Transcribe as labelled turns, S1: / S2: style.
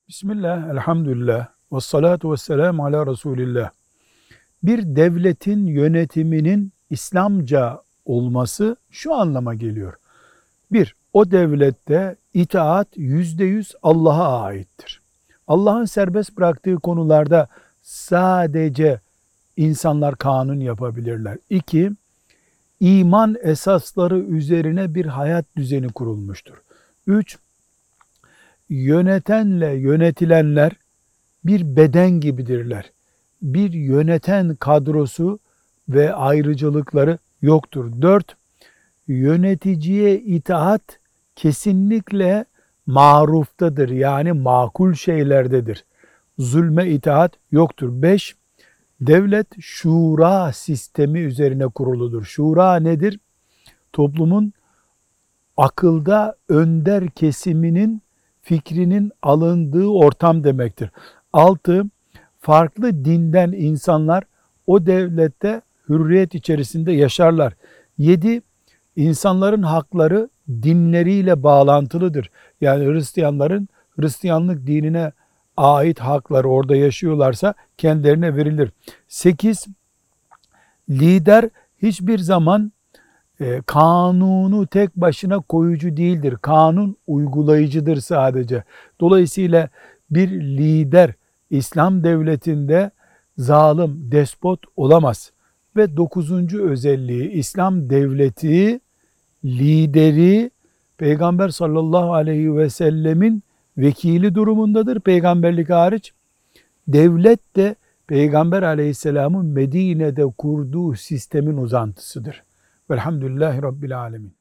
S1: Bismillah, elhamdülillah, ve salatu ve selamu ala Resulillah. Bir devletin yönetiminin İslamca olması şu anlama geliyor. Bir, o devlette itaat %100 Allah'a aittir. Allah'ın serbest bıraktığı konularda sadece insanlar kanun yapabilirler. İki, iman esasları üzerine bir hayat düzeni kurulmuştur. Üç, yönetenle yönetilenler bir beden gibidirler. Bir yöneten kadrosu ve ayrıcalıkları yoktur. 4. Yöneticiye itaat kesinlikle maruftadır. Yani makul şeylerdedir. Zulme itaat yoktur. 5. Devlet şura sistemi üzerine kuruludur. Şura nedir? Toplumun akılda önder kesiminin fikrinin alındığı ortam demektir. 6. Farklı dinden insanlar o devlette hürriyet içerisinde yaşarlar. 7. İnsanların hakları dinleriyle bağlantılıdır. Yani Hristiyanların Hristiyanlık dinine ait hakları orada yaşıyorlarsa kendilerine verilir. 8. Lider hiçbir zaman kanunu tek başına koyucu değildir. Kanun uygulayıcıdır sadece. Dolayısıyla bir lider İslam devletinde zalim, despot olamaz. Ve 9. özelliği İslam devleti lideri Peygamber sallallahu aleyhi ve sellemin vekili durumundadır. Peygamberlik hariç. Devlet de Peygamber aleyhisselamın Medine'de kurduğu sistemin uzantısıdır. Velhamdülillahi Rabbil Alemin.